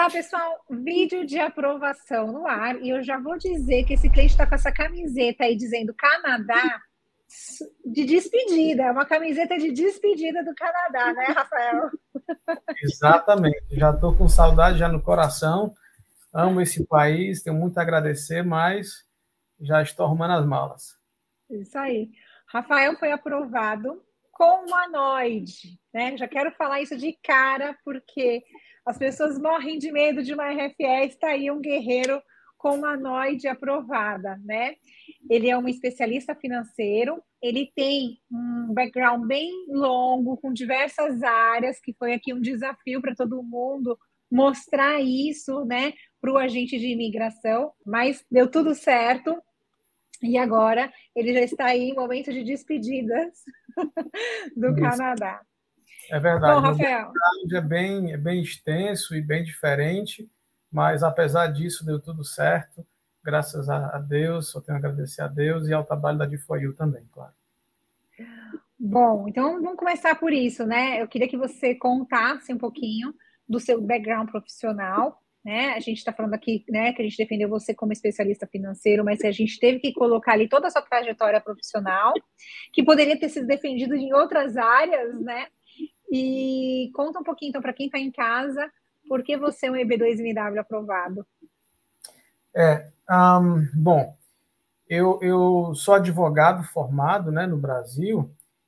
Olá, pessoal. Vídeo de aprovação no ar. E eu já vou dizer que esse cliente está com essa camiseta aí dizendo Canadá de despedida. É uma camiseta de despedida do Canadá, né, Rafael? Exatamente. Já estou com saudade já no coração. Amo esse país, tenho muito a agradecer, mas já estou arrumando as malas. Isso aí. Rafael foi aprovado com humanoide, né? Já quero falar isso de cara, porque as pessoas morrem de medo de uma RFE. Está aí um guerreiro com humanoide aprovada, né? Ele é um especialista financeiro, ele tem um background bem longo, com diversas áreas, que foi aqui um desafio para todo mundo mostrar isso, né, para o agente de imigração, mas deu tudo certo. E agora ele já está aí em momento de despedidas do Isso, Canadá. é Bom, verdade. Meu Rafael, background é bem extenso e bem diferente, mas apesar disso deu tudo certo, graças a Deus, só tenho a agradecer a Deus e ao trabalho da D4U também, claro. bom, então vamos começar por isso, né? Eu queria que você contasse um pouquinho do seu background profissional, né? A gente está falando aqui, né, que a gente defendeu você como especialista financeiro, mas a gente teve que colocar ali toda a sua trajetória profissional, que poderia ter sido defendido em outras áreas, né? E conta um pouquinho, então, para quem está em casa, por que você é um EB2NW aprovado? Bom, eu sou advogado formado, né, no Brasil,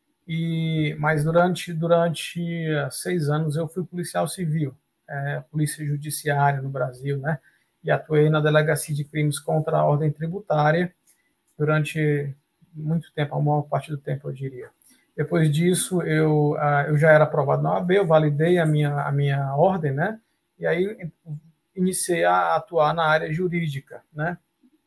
mas durante 6 anos eu fui policial civil, polícia judiciária no Brasil, né? E atuei na delegacia de crimes contra a ordem tributária durante muito tempo, a maior parte do tempo, eu diria. Depois disso, eu já era aprovado na OAB, eu validei a minha ordem, né? E aí iniciei a atuar na área jurídica, né?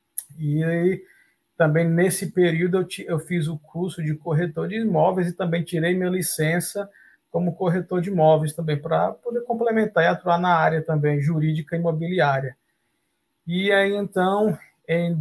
E também nesse período eu fiz o curso de corretor de imóveis e também tirei minha licença como corretor de imóveis também para poder complementar e atuar na área também jurídica e imobiliária. E aí então, em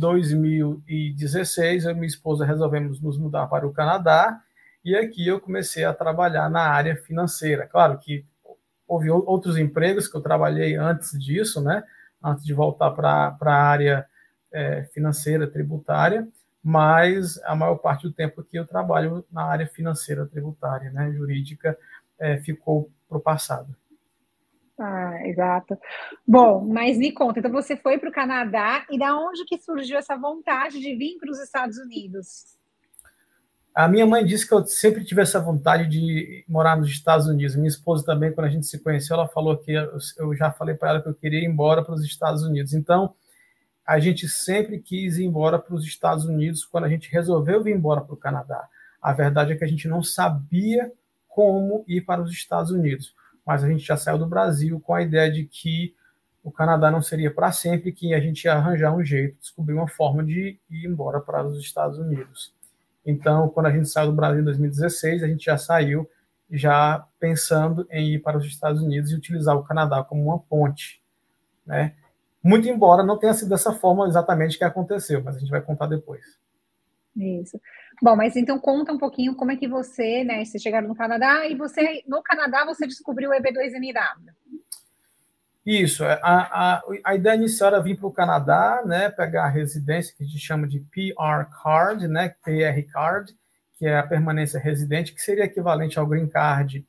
2016, eu e minha esposa resolvemos nos mudar para o Canadá e aqui eu comecei a trabalhar na área financeira. Claro que houve outros empregos que eu trabalhei antes disso, né? Antes de voltar para a área financeira, tributária, mas a maior parte do tempo que eu trabalho na área financeira, tributária, né? Jurídica, ficou para o passado. Ah, exato. Bom, mas me conta, então você foi para o Canadá e da onde que surgiu essa vontade de vir para os Estados Unidos? A minha mãe disse que eu sempre tive essa vontade de morar nos Estados Unidos. Minha esposa também, quando a gente se conheceu, ela falou que eu já falei para ela que eu queria ir embora para os Estados Unidos. Então, a gente sempre quis ir embora para os Estados Unidos quando a gente resolveu vir embora para o Canadá. A verdade é que a gente não sabia como ir para os Estados Unidos, mas a gente já saiu do Brasil com a ideia de que o Canadá não seria para sempre, que a gente ia arranjar um jeito, descobrir uma forma de ir embora para os Estados Unidos. Então, quando a gente saiu do Brasil em 2016, a gente já saiu já pensando em ir para os Estados Unidos e utilizar o Canadá como uma ponte, né? Muito embora não tenha sido dessa forma exatamente que aconteceu, mas a gente vai contar depois. Isso. Bom, mas então conta um pouquinho como é que você, né, vocês chegaram no Canadá e você, no Canadá, você descobriu o EB2NW. Isso, a ideia inicial era vir para o Canadá, né, pegar a residência que a gente chama de PR Card, né, PR Card, que é a permanência residente, que seria equivalente ao Green Card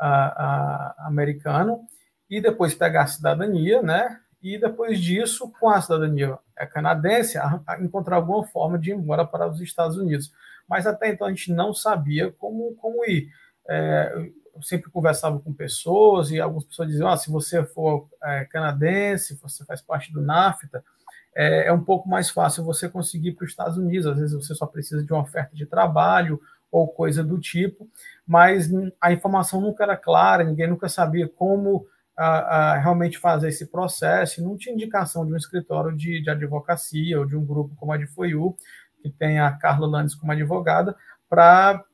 americano, e depois pegar a cidadania, né, e depois disso, com a cidadania canadense, encontrar alguma forma de ir embora para os Estados Unidos. Mas até então a gente não sabia como ir. Eu sempre conversava com pessoas e algumas pessoas diziam, se você for canadense, você faz parte do NAFTA, é um pouco mais fácil você conseguir ir para os Estados Unidos. Às vezes você só precisa de uma oferta de trabalho ou coisa do tipo, mas a informação nunca era clara, ninguém nunca sabia como realmente fazer esse processo, não tinha indicação de um escritório de advocacia ou de um grupo como a de FOIU, que tem a Carla Landes como advogada, para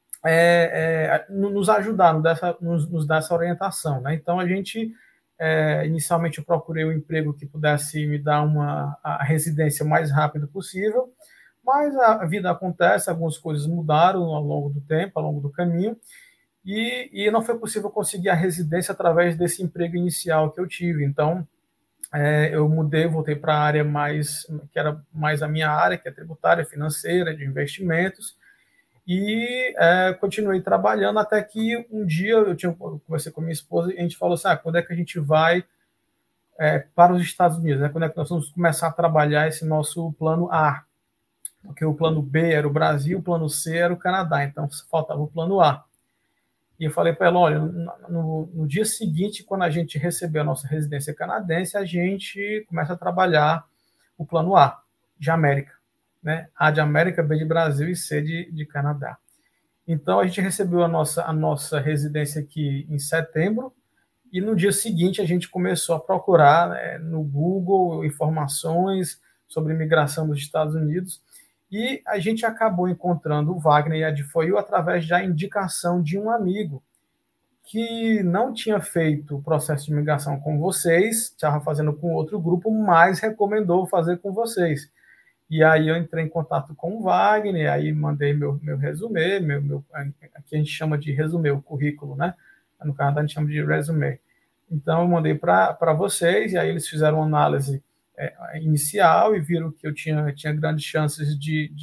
nos ajudar, nos dar essa orientação. Né? Então, inicialmente eu procurei um emprego que pudesse me dar a residência o mais rápido possível, mas a vida acontece, algumas coisas mudaram ao longo do tempo, ao longo do caminho, e não foi possível conseguir a residência através desse emprego inicial que eu tive. Então, eu mudei, voltei para a área que era mais a minha área, que é tributária, financeira, de investimentos, e continuei trabalhando até que um dia eu conversei com a minha esposa e a gente falou assim, quando é que a gente vai para os Estados Unidos, né? Quando é que nós vamos começar a trabalhar esse nosso plano A? Porque o plano B era o Brasil, o plano C era o Canadá, então faltava o plano A. E eu falei para ela, olha, no dia seguinte, quando a gente receber a nossa residência canadense, a gente começa a trabalhar o plano A, de América, né? A de América, B de Brasil e C de Canadá. Então, a gente recebeu a nossa residência aqui em setembro, e no dia seguinte a gente começou a procurar, né, no Google informações sobre imigração dos Estados Unidos, e a gente acabou encontrando o Wagner e a Difoiu através da indicação de um amigo que não tinha feito o processo de imigração com vocês, estava fazendo com outro grupo, mas recomendou fazer com vocês. E aí eu entrei em contato com o Wagner, aí mandei meu resumê, aqui a gente chama de resumê, o currículo, né? No Canadá a gente chama de resumê. Então eu mandei para vocês, e aí eles fizeram uma análise inicial e viram que eu tinha grandes chances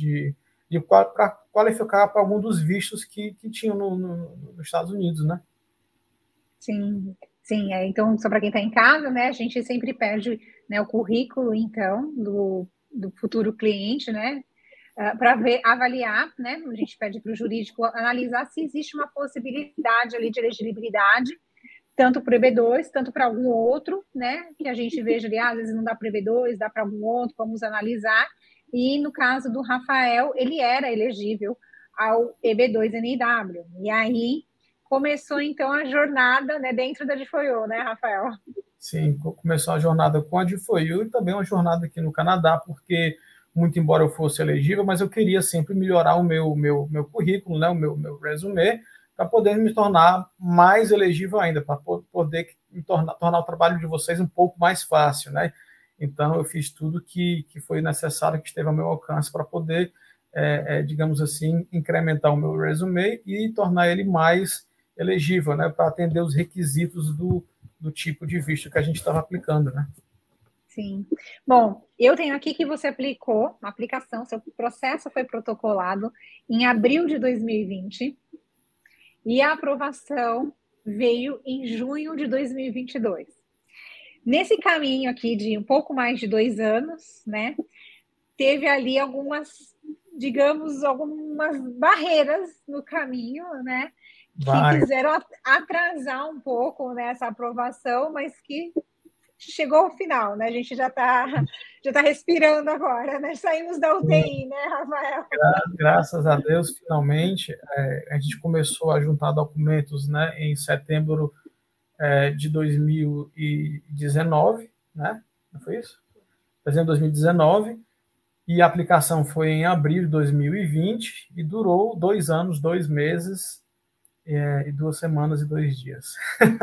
para qualificar para algum dos vistos que tinham nos Estados Unidos, né? Sim, sim. Então, só para quem está em casa, né, a gente sempre pede, né, o currículo, então, do futuro cliente, né, para avaliar, né, a gente pede para o jurídico analisar se existe uma possibilidade ali de elegibilidade, tanto para o EB2, tanto para algum outro, né, que a gente veja ali, às vezes não dá para o EB2, dá para algum outro, vamos analisar. E no caso do Rafael, ele era elegível ao EB2 NIW. E aí começou então a jornada, né, dentro da Difoiu, né, Rafael? Sim, começou a jornada com a Difoiu e também uma jornada aqui no Canadá, porque muito embora eu fosse elegível, mas eu queria sempre melhorar o meu currículo, né, o meu resumê, para poder me tornar mais elegível ainda, para poder tornar o trabalho de vocês um pouco mais fácil, né? Então, eu fiz tudo que foi necessário, que esteve ao meu alcance para poder, digamos assim, incrementar o meu resumê e tornar ele mais elegível, né? Para atender os requisitos do tipo de visto que a gente estava aplicando, né? Sim. Bom, eu tenho aqui que você aplicou uma aplicação, seu processo foi protocolado em abril de 2020 e a aprovação veio em junho de 2022. Nesse caminho aqui de um pouco mais de 2 anos, né, teve ali algumas, digamos, algumas barreiras no caminho, né, que fizeram atrasar um pouco, né, essa aprovação, mas que chegou ao final, né? A gente já tá respirando agora, né? Saímos da UTI, né, Rafael? Graças a Deus, finalmente, a gente começou a juntar documentos, né, em setembro de 2019, né? Não foi isso? Dezembro de 2019, e a aplicação foi em abril de 2020 e durou 2 anos, 2 meses e 2 semanas e 2 dias.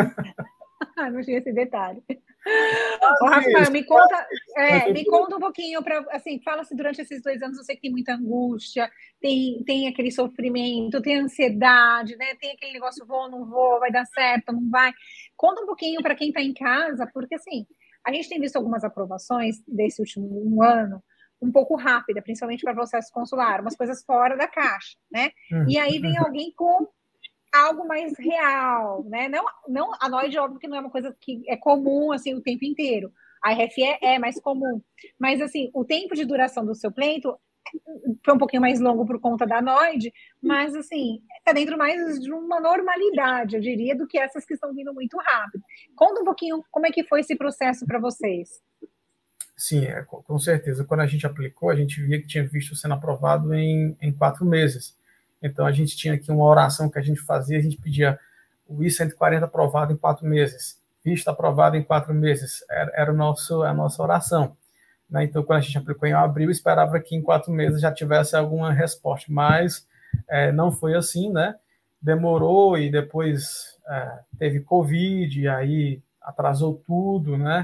Não tinha esse detalhe. Ô, Rafael, me conta um pouquinho, assim, fala-se durante esses 2 anos, eu sei que tem muita angústia, tem aquele sofrimento, tem ansiedade, né? Tem aquele negócio, vou, não vou, vai dar certo, não vai. Conta um pouquinho para quem está em casa, porque assim, a gente tem visto algumas aprovações desse último 1 ano, um pouco rápida, principalmente para processo consular, umas coisas fora da caixa, né? E aí vem alguém com algo mais real, né? Não a noide, óbvio que não é uma coisa que é comum assim o tempo inteiro. A RFE é mais comum, mas assim o tempo de duração do seu pleito foi um pouquinho mais longo por conta da noide, mas assim está dentro mais de uma normalidade, eu diria, do que essas que estão vindo muito rápido. Conta um pouquinho como é que foi esse processo para vocês. Sim, com certeza. Quando a gente aplicou, a gente via que tinha visto sendo aprovado em 4 meses. Então, a gente tinha aqui uma oração que a gente fazia, a gente pedia o I-140 aprovado em 4 meses, visto aprovado em 4 meses, era a nossa oração. Né? Então, quando a gente aplicou em abril, esperava que em 4 meses já tivesse alguma resposta, mas não foi assim, né? Demorou e depois teve Covid, e aí atrasou tudo, né?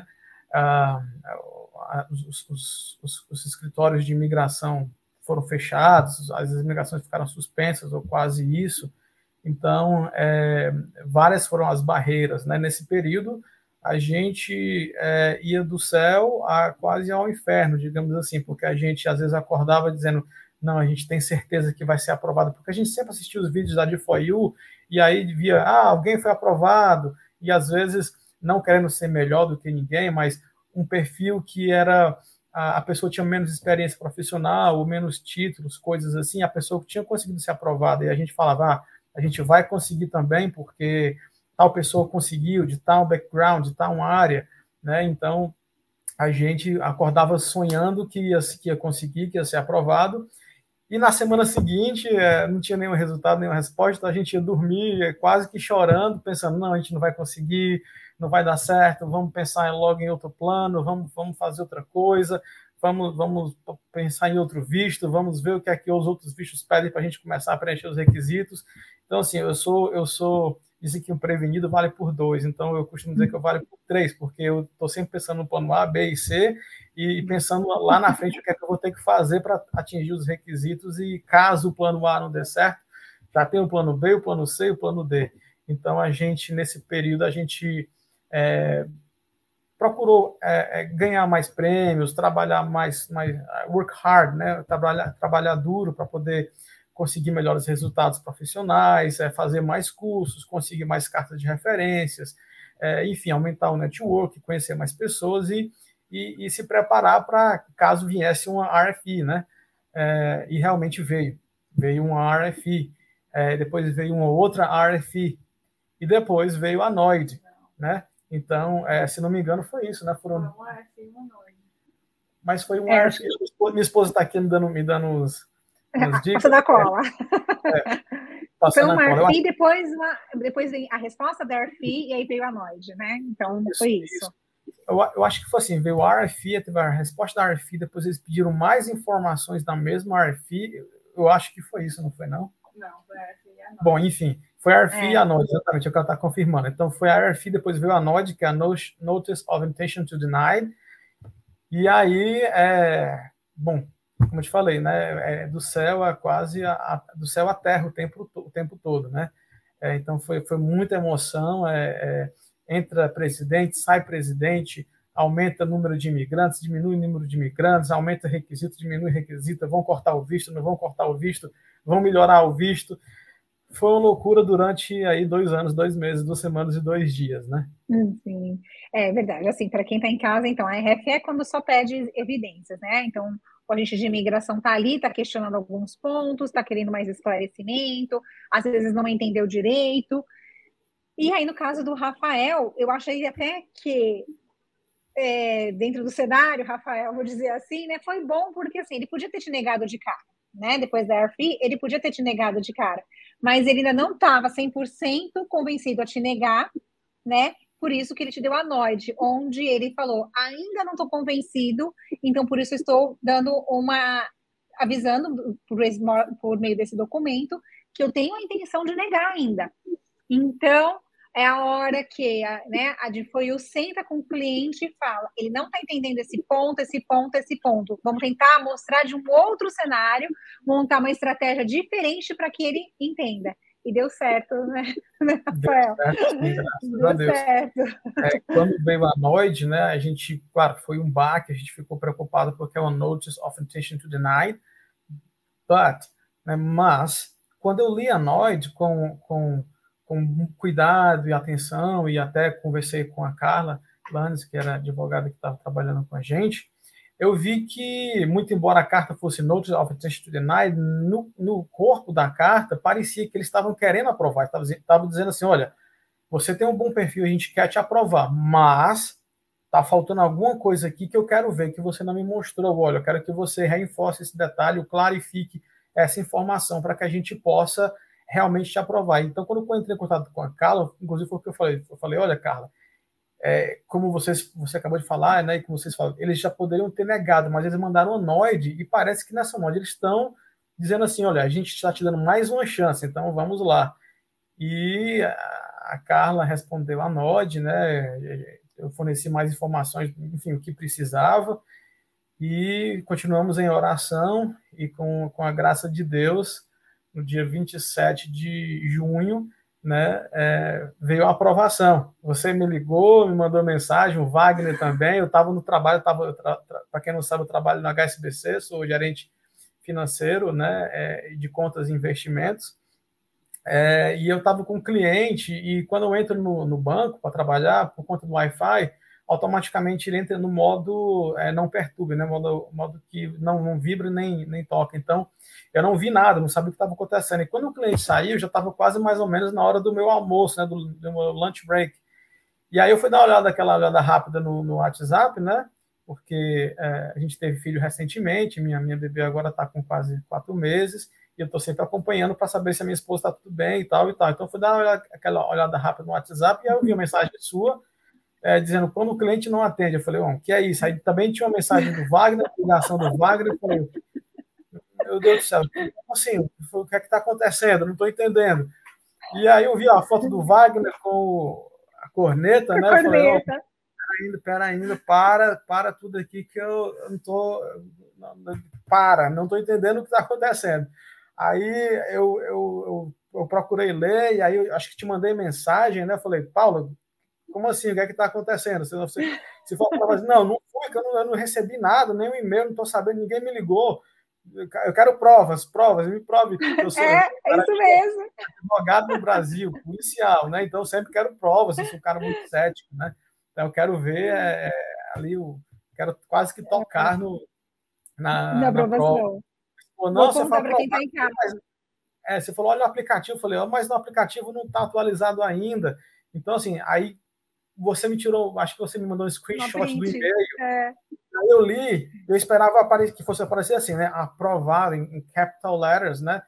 Os escritórios de imigração foram fechados, as imigrações ficaram suspensas, ou quase isso. Então, várias foram as barreiras, né? Nesse período, a gente ia do céu quase ao inferno, digamos assim, porque a gente às vezes acordava dizendo, não, a gente tem certeza que vai ser aprovado, porque a gente sempre assistia os vídeos da D4U e aí via, alguém foi aprovado, e às vezes, não querendo ser melhor do que ninguém, mas um perfil que era, a pessoa tinha menos experiência profissional, ou menos títulos, coisas assim, a pessoa que tinha conseguido ser aprovada, e a gente falava, a gente vai conseguir também, porque tal pessoa conseguiu, de tal background, de tal área, né? Então, a gente acordava sonhando que ia conseguir, que ia ser aprovado, e na semana seguinte, não tinha nenhum resultado, nenhuma resposta, a gente ia dormir quase que chorando, pensando, não, a gente não vai conseguir, não vai dar certo, vamos pensar logo em outro plano, vamos fazer outra coisa, vamos pensar em outro visto, vamos ver o que é que os outros vistos pedem para a gente começar a preencher os requisitos. Então, assim, dizem que um prevenido vale por dois, então eu costumo dizer que eu vale por três, porque eu estou sempre pensando no plano A, B e C, e pensando lá na frente o que é que eu vou ter que fazer para atingir os requisitos, e caso o plano A não dê certo, já tem o plano B, o plano C e o plano D. Então, nesse período, a gente procurou ganhar mais prêmios, trabalhar mais work hard, né? Trabalhar duro para poder conseguir melhores resultados profissionais, fazer mais cursos, conseguir mais cartas de referências, enfim, aumentar o network, conhecer mais pessoas e se preparar para caso viesse uma RFI, né? E realmente veio uma RFI, depois veio uma outra RFI e depois veio a NOID, né? Então, se não me engano, foi isso, né? Foram... Mas foi um RFI. Minha esposa está aqui me dando umas dicas. Passando a cola. Passando foi uma a cola. RFI, depois vem a resposta da RFI e aí veio a NOID, né? Então, foi isso. Eu acho que foi assim, veio a RFI, teve a resposta da RFI, depois eles pediram mais informações da mesma RFI. Eu acho que foi isso, não foi, não? Não, foi a RFI e a NOID. Bom, enfim, foi a RFI e a NOID, exatamente, é o que ela está confirmando. Então, foi a RFI, depois veio a NOID, que é a Notice of Intention to Deny. E aí, bom, como eu te falei, né, do céu a quase do céu à terra o tempo todo, né? Então foi muita emoção. Entra presidente, sai presidente, aumenta o número de imigrantes, diminui o número de imigrantes, aumenta requisito, diminui requisito, vão cortar o visto, não vão cortar o visto, vão melhorar o visto. Foi uma loucura durante aí 2 anos, 2 meses, 2 semanas e 2 dias, né? Sim, é verdade. Assim, para quem está em casa, então, a RF é quando só pede evidências, né? Então, o agente de imigração está ali, está questionando alguns pontos, está querendo mais esclarecimento, às vezes não entendeu direito. E aí, no caso do Rafael, eu achei até que, dentro do cenário, Rafael, vou dizer assim, né? Foi bom porque, assim, ele podia ter te negado de cara, né? Depois da RF, ele podia ter te negado de cara, mas ele ainda não estava 100% convencido a te negar, né? Por isso que ele te deu a NOID, onde ele falou, ainda não estou convencido, então por isso estou avisando por meio desse documento que eu tenho a intenção de negar ainda. Então, é a hora que a D4U senta com o cliente e fala, ele não está entendendo esse ponto, esse ponto, esse ponto. Vamos tentar mostrar de um outro cenário, montar uma estratégia diferente para que ele entenda. E deu certo, né, Rafael? Deu certo, sim, graças a Deu Deus. certo. Quando veio a NOID, né, a gente, claro, foi um baque, a gente ficou preocupado porque é uma Notice of Intention to Deny, mas quando eu li a NOID com cuidado e atenção, e até conversei com a Carla Lannes, que era a advogada que estava trabalhando com a gente, eu vi que, muito embora a carta fosse Notice of Intention to Deny, no corpo da carta parecia que eles estavam querendo aprovar, estavam dizendo assim, olha, você tem um bom perfil, a gente quer te aprovar, mas está faltando alguma coisa aqui que eu quero ver, que você não me mostrou. Olha, eu quero que você reforce esse detalhe, clarifique essa informação para que a gente possa realmente te aprovar. Então, quando eu entrei em contato com a Carla, inclusive foi o que eu falei, olha, Carla, como você acabou de falar, né, e como vocês falam, eles já poderiam ter negado, mas eles mandaram a NOID, e parece que nessa NOID eles estão dizendo assim, olha, a gente está te dando mais uma chance, então vamos lá. E a Carla respondeu a NOID, né, eu forneci mais informações, enfim, o que precisava, e continuamos em oração, e com a graça de Deus, no dia 27 de junho, né, veio a aprovação. Você me ligou, me mandou mensagem, o Wagner também. Eu estava no trabalho, para quem não sabe, eu trabalho no HSBC, sou gerente financeiro, né, de contas e investimentos. E eu estava com um cliente, e quando eu entro no banco para trabalhar, por conta do Wi-Fi, automaticamente ele entra no modo não perturbe, né? Modo que não vibra nem toca. Então, eu não vi nada, não sabia o que estava acontecendo. E quando o cliente saiu, já estava quase mais ou menos na hora do meu almoço, né? Do meu lunch break. E aí eu fui dar aquela olhada rápida no WhatsApp, né? Porque a gente teve filho recentemente, minha bebê agora está com quase 4 meses, e eu estou sempre acompanhando para saber se a minha esposa está tudo bem e tal e tal. Então, eu fui dar aquela olhada rápida no WhatsApp, e aí eu vi uma mensagem sua, dizendo quando o cliente não atende. Eu falei, bom, que é isso? Aí também tinha uma mensagem do Wagner, ligação do Wagner. Eu falei, meu Deus do céu, como assim? O que é que está acontecendo? Não estou entendendo. E aí eu vi a foto do Wagner com a corneta, né? Eu falei, oh, pera ainda, para tudo aqui que eu não estou... não estou entendendo o que está acontecendo. Aí eu procurei ler, e aí eu acho que te mandei mensagem, né? Eu falei, Paulo, como assim? O que é que está acontecendo? Se for para fazer, não foi, que eu não recebi nada, nem um e-mail, não estou sabendo, ninguém me ligou. Eu quero provas, me prove que eu sou isso mesmo. advogado no Brasil, policial, né? Então eu sempre quero provas, eu sou um cara muito cético, né? Então eu quero ver ali, quero quase que tocar na prova. Não, você contar para quem está em casa. Você falou, olha o aplicativo, eu falei, mas no aplicativo não está atualizado ainda. Então, assim, aí você me tirou, acho que você me mandou um screenshot do e-mail. Aí eu li, eu esperava que fosse aparecer assim, né? Aprovado em capital letters, né?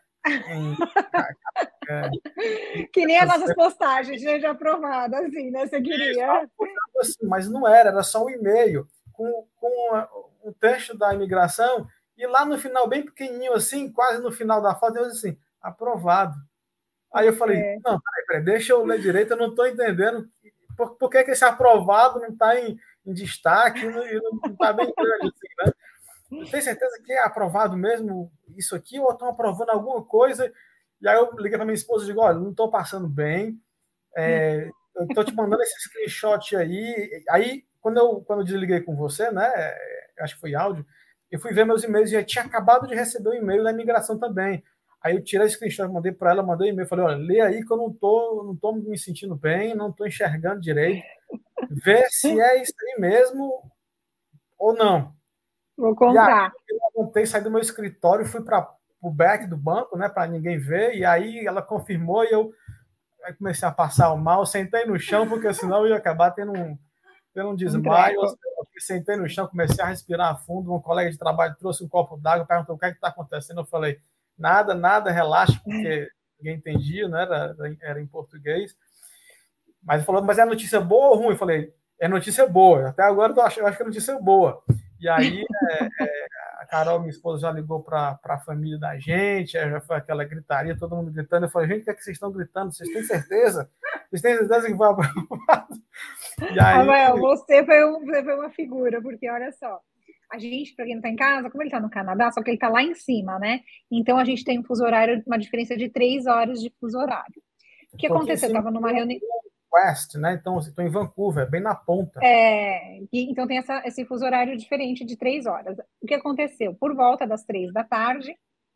Que nem as nossas postagens, gente, aprovada, assim, né? Você queria. Assim, mas não era só um e-mail com um texto da imigração, e lá no final, bem pequenininho assim, quase no final da foto, eu disse assim, aprovado. Aí eu falei, não, peraí, deixa eu ler direito, eu não estou entendendo por que esse aprovado não está em destaque e não está bem grande assim, né? Eu tenho certeza que é aprovado mesmo isso aqui, ou estão aprovando alguma coisa? E aí eu liguei para minha esposa e digo, olha, não estou passando bem, eu estou te mandando esse screenshot aí. Aí, quando eu desliguei com você, né, acho que foi áudio, eu fui ver meus e-mails e já tinha acabado de receber o e-mail da imigração também. Aí eu tirei esse screenshot, mandei para ela, mandei e-mail, falei, olha, lê aí que eu não tô me sentindo bem, não estou enxergando direito, vê se é isso aí mesmo ou não. Vou contar. E aí eu levantei, saí do meu escritório, fui para o back do banco, né, para ninguém ver, e aí ela confirmou e eu comecei a passar o mal, sentei no chão, porque senão eu ia acabar tendo um desmaio. Eu sentei no chão, comecei a respirar fundo. Um colega de trabalho trouxe um copo d'água, perguntou o que é que está acontecendo. Eu falei, nada, relaxa, porque ninguém entendia, né? Era em português. Mas ele falou, mas é notícia boa ou ruim? Eu falei, é notícia boa. Até agora eu acho que é notícia boa. E aí a Carol, minha esposa, já ligou para a família da gente, já foi aquela gritaria, todo mundo gritando. Eu falei, gente, o que é que vocês estão gritando? Vocês têm certeza? Vocês têm certeza que vai aprovado? E aí... Rafael, você foi uma figura, porque olha só, a gente, para quem não está em casa, como ele está no Canadá, só que ele está lá em cima, né? Então a gente tem um fuso horário, uma diferença de 3 horas de fuso horário. O que aconteceu? Eu estava numa reunião. West, né? Então, estou em Vancouver, bem na ponta. Então tem esse fuso horário diferente de 3 horas. O que aconteceu? Por volta das 3 da tarde,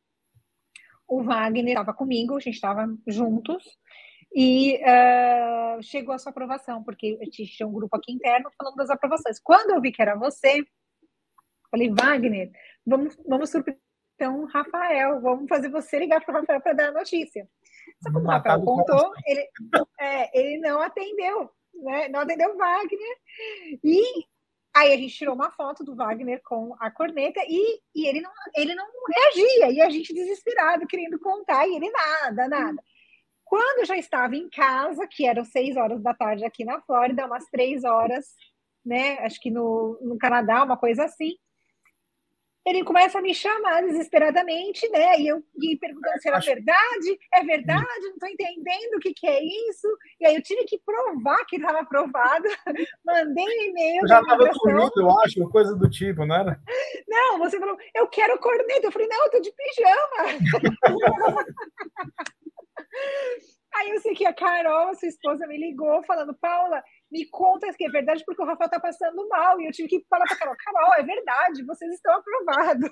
o Wagner estava comigo, a gente estava juntos, e chegou a sua aprovação, porque a gente tinha um grupo aqui interno falando das aprovações. Quando eu vi que era você, falei, Wagner, vamos surpreender então Rafael, vamos fazer você ligar para o Rafael para dar a notícia. Só que o Rafael contou, ele não atendeu, né? Não atendeu o Wagner. E aí a gente tirou uma foto do Wagner com a corneta e ele não reagia. E a gente desesperado, querendo contar, e ele nada. Quando eu já estava em casa, que eram 6 horas da tarde aqui na Flórida, umas 3 horas, né? Acho que no Canadá, uma coisa assim. Ele começa a me chamar desesperadamente, né? E eu perguntando se era verdade, não estou entendendo o que é isso. E aí eu tive que provar que estava aprovado. Mandei um e-mail. Eu já estava dormindo, eu acho, coisa do tipo, não era? Não, você falou, eu quero corneta. Eu falei, não, eu estou de pijama. Aí eu sei que a Carol, a sua esposa, me ligou falando, Paula, me conta se é verdade, porque o Rafael tá passando mal. E eu tive que falar para Carol, Carol, é verdade, vocês estão aprovados.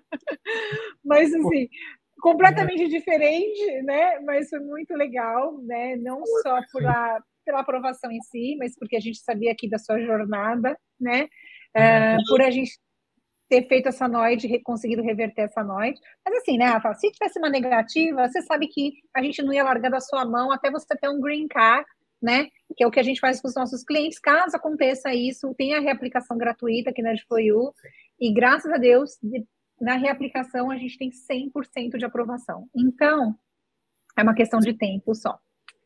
Mas, assim, completamente diferente, né? Mas foi muito legal, né? Não só pela aprovação em si, mas porque a gente sabia aqui da sua jornada, né? Por a gente ter feito essa noite, conseguido reverter essa noite. Mas assim, né, Rafa, se tivesse uma negativa, você sabe que a gente não ia largar da sua mão até você ter um green card, né? Que é o que a gente faz com os nossos clientes. Caso aconteça isso, tem a reaplicação gratuita aqui na Edfoyu. E graças a Deus, na reaplicação, a gente tem 100% de aprovação. Então, é uma questão de tempo só.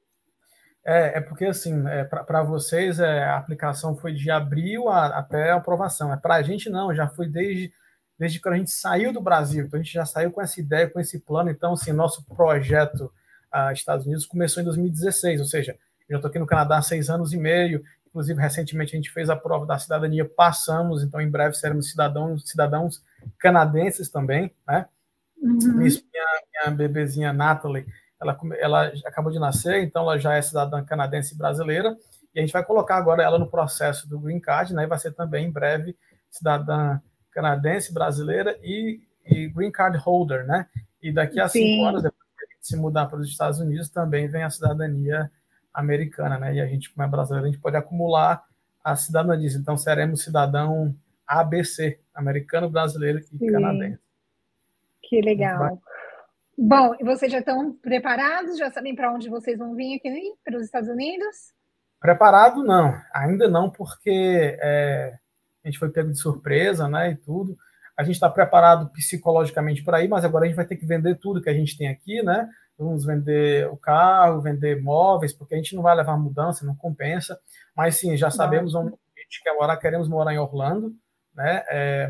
Porque, assim, para vocês, a aplicação foi de abril até a aprovação. Para a gente, não, já foi desde quando a gente saiu do Brasil. Então, a gente já saiu com essa ideia, com esse plano. Então, assim, nosso projeto Estados Unidos começou em 2016, ou seja, eu já estou aqui no Canadá há 6 anos e meio. Inclusive, recentemente, a gente fez a prova da cidadania, passamos. Então, em breve, seremos cidadãos canadenses também, né? Minha bebezinha Natalie, ela acabou de nascer, então ela já é cidadã canadense e brasileira, e a gente vai colocar agora ela no processo do Green Card, né, e vai ser também, em breve, cidadã canadense, brasileira e Green Card Holder, né, e daqui a 5 anos, depois que a gente se mudar para os Estados Unidos, também vem a cidadania americana, né, e a gente, como é brasileiro, a gente pode acumular a cidadania, então seremos cidadão ABC, americano, brasileiro e canadense. Que legal. Bom, e vocês já estão preparados? Já sabem para onde vocês vão vir aqui para os Estados Unidos? Preparado, não. Ainda não, porque a gente foi pego de surpresa, né, e tudo. A gente está preparado psicologicamente para ir, mas agora a gente vai ter que vender tudo que a gente tem aqui, né? Vamos vender o carro, vender móveis, porque a gente não vai levar mudança, não compensa. Mas sim, já sabemos onde a gente quer morar, queremos morar em Orlando, né?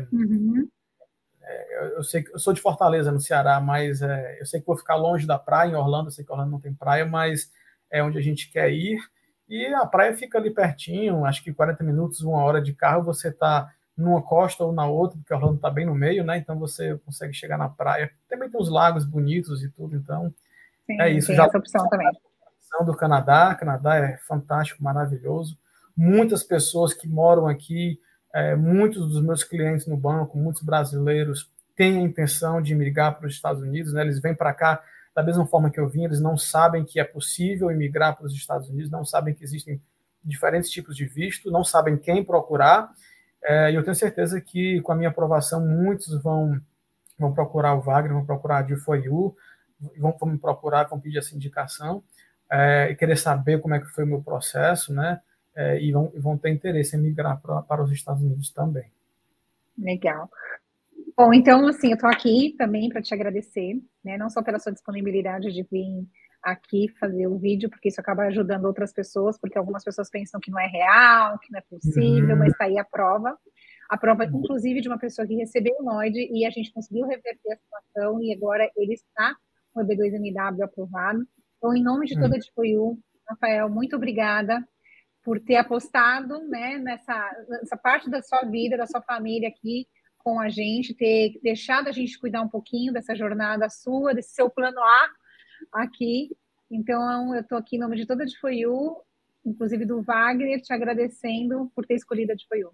Eu sei que eu sou de Fortaleza, no Ceará, mas eu sei que vou ficar longe da praia em Orlando. Eu sei que Orlando não tem praia, mas é onde a gente quer ir. E a praia fica ali pertinho, acho que 40 minutos, 1 hora de carro, você está numa costa ou na outra, porque Orlando está bem no meio, né? Então você consegue chegar na praia. Também tem uns lagos bonitos e tudo, então sim, é isso. Tem já essa opção também. Do Canadá. Canadá é fantástico, maravilhoso. Muitas pessoas que moram aqui, muitos dos meus clientes no banco, muitos brasileiros, têm a intenção de migrar para os Estados Unidos, né? Eles vêm para cá da mesma forma que eu vim, eles não sabem que é possível emigrar para os Estados Unidos, não sabem que existem diferentes tipos de visto, não sabem quem procurar, e eu tenho certeza que com a minha aprovação muitos vão procurar o Wagner, vão procurar a D4U, vão me procurar, vão pedir essa indicação, e querer saber como é que foi o meu processo, né? E vão ter interesse em migrar para os Estados Unidos também. Legal. Bom, então, assim, eu estou aqui também para te agradecer, né? Não só pela sua disponibilidade de vir aqui fazer o vídeo, porque isso acaba ajudando outras pessoas, porque algumas pessoas pensam que não é real, que não é possível, mas está aí a prova, inclusive, de uma pessoa que recebeu o NOID e a gente conseguiu reverter a situação e agora ele está com o EB2MW aprovado. Então, em nome de toda a Edfoyu, Rafael, muito obrigada por ter apostado, né, nessa parte da sua vida, da sua família aqui com a gente, ter deixado a gente cuidar um pouquinho dessa jornada sua, desse seu plano A aqui. Então, eu estou aqui em nome de toda a Edfoyu, inclusive do Wagner, te agradecendo por ter escolhido a Edfoyu.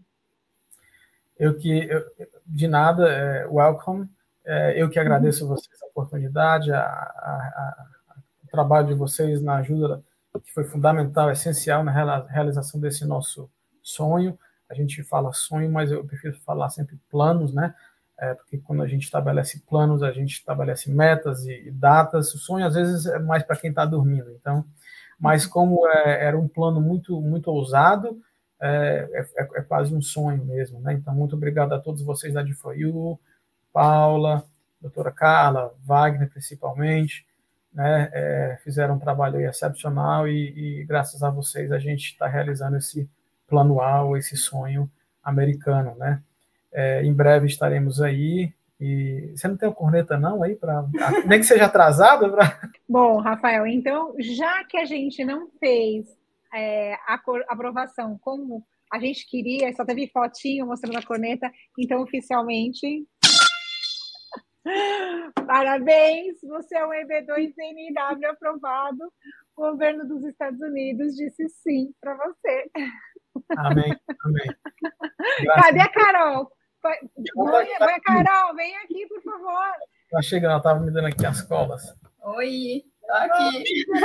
De nada, welcome. Eu que agradeço a vocês a oportunidade, o trabalho de vocês na ajuda, que foi fundamental, essencial na realização desse nosso sonho. A gente fala sonho, mas eu prefiro falar sempre planos, né? Porque quando a gente estabelece planos, a gente estabelece metas e datas. O sonho, às vezes, é mais para quem está dormindo. Então, mas como era um plano muito, muito ousado, é quase um sonho mesmo, né? Então, muito obrigado a todos vocês da D4U, Paula, doutora Carla, Wagner, principalmente, né? Fizeram um trabalho excepcional e graças a vocês a gente está realizando esse plano A, esse sonho americano, né? Em breve estaremos aí. E você não tem uma corneta não aí nem que seja atrasada? Bom, Rafael, então já que a gente não fez a aprovação como a gente queria, só teve fotinho mostrando a corneta, então oficialmente Parabéns, você é um EB2NW aprovado. O governo dos Estados Unidos disse sim para você. Amém, amém. Cadê a Carol? Mãe, Carol, vem aqui, por favor. Tá chegando, ela estava me dando aqui as colas. Oi, tô aqui.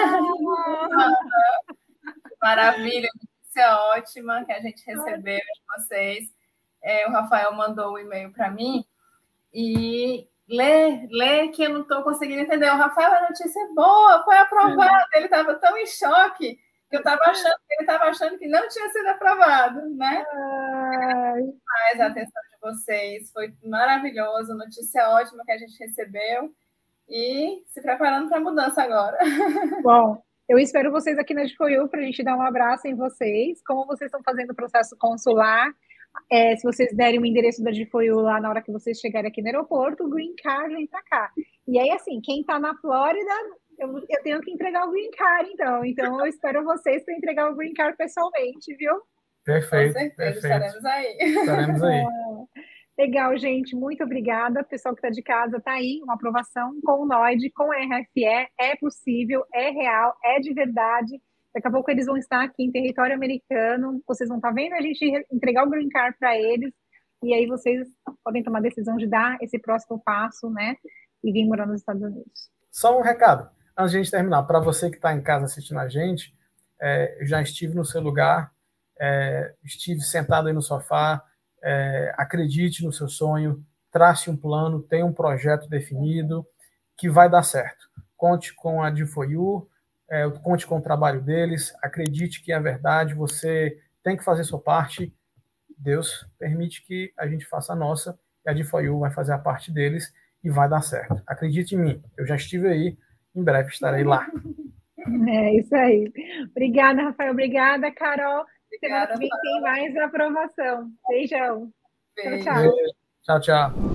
Maravilha, notícia ótima que a gente recebeu de vocês. O Rafael mandou um e-mail para mim e lê que eu não estou conseguindo entender. O Rafael, a notícia é boa, foi aprovado. Ele estava tão em choque que ele estava achando que não tinha sido aprovado, né? Mas a atenção de vocês foi maravilhoso, notícia ótima que a gente recebeu e se preparando para a mudança agora. Bom, eu espero vocês aqui na Difoiu para a gente dar um abraço em vocês. Como vocês estão fazendo o processo consular, se vocês derem o endereço da Difoiu lá na hora que vocês chegarem aqui no aeroporto, o Green Card vem para cá. E aí, assim, quem está na Flórida, eu tenho que entregar o Green Card, então. Então, eu espero vocês para entregar o Green Card pessoalmente, viu? Perfeito. Com certeza, perfeito. Estaremos aí. Estaremos aí. Legal, gente, muito obrigada. Pessoal que está de casa, está aí, uma aprovação com o NOID, com a RFE, é possível, é real, é de verdade. Daqui a pouco eles vão estar aqui em território americano, vocês vão estar vendo a gente entregar o Green Card para eles, e aí vocês podem tomar a decisão de dar esse próximo passo, né, e vir morar nos Estados Unidos. Só um recado, antes de a gente terminar, para você que está em casa assistindo a gente, eu já estive no seu lugar, estive sentado aí no sofá, acredite no seu sonho, trace um plano, tenha um projeto definido, que vai dar certo. Conte com a Difoiu, conte com o trabalho deles, acredite que é verdade, você tem que fazer sua parte, Deus permite que a gente faça a nossa, e a Difoiu vai fazer a parte deles, e vai dar certo. Acredite em mim, eu já estive aí, em breve estarei lá. É isso aí. Obrigada, Rafael, obrigada, Carol. Obrigada, semana que vem tem mais aprovação. Beijão. Beijo. Tchau, tchau. Tchau, tchau.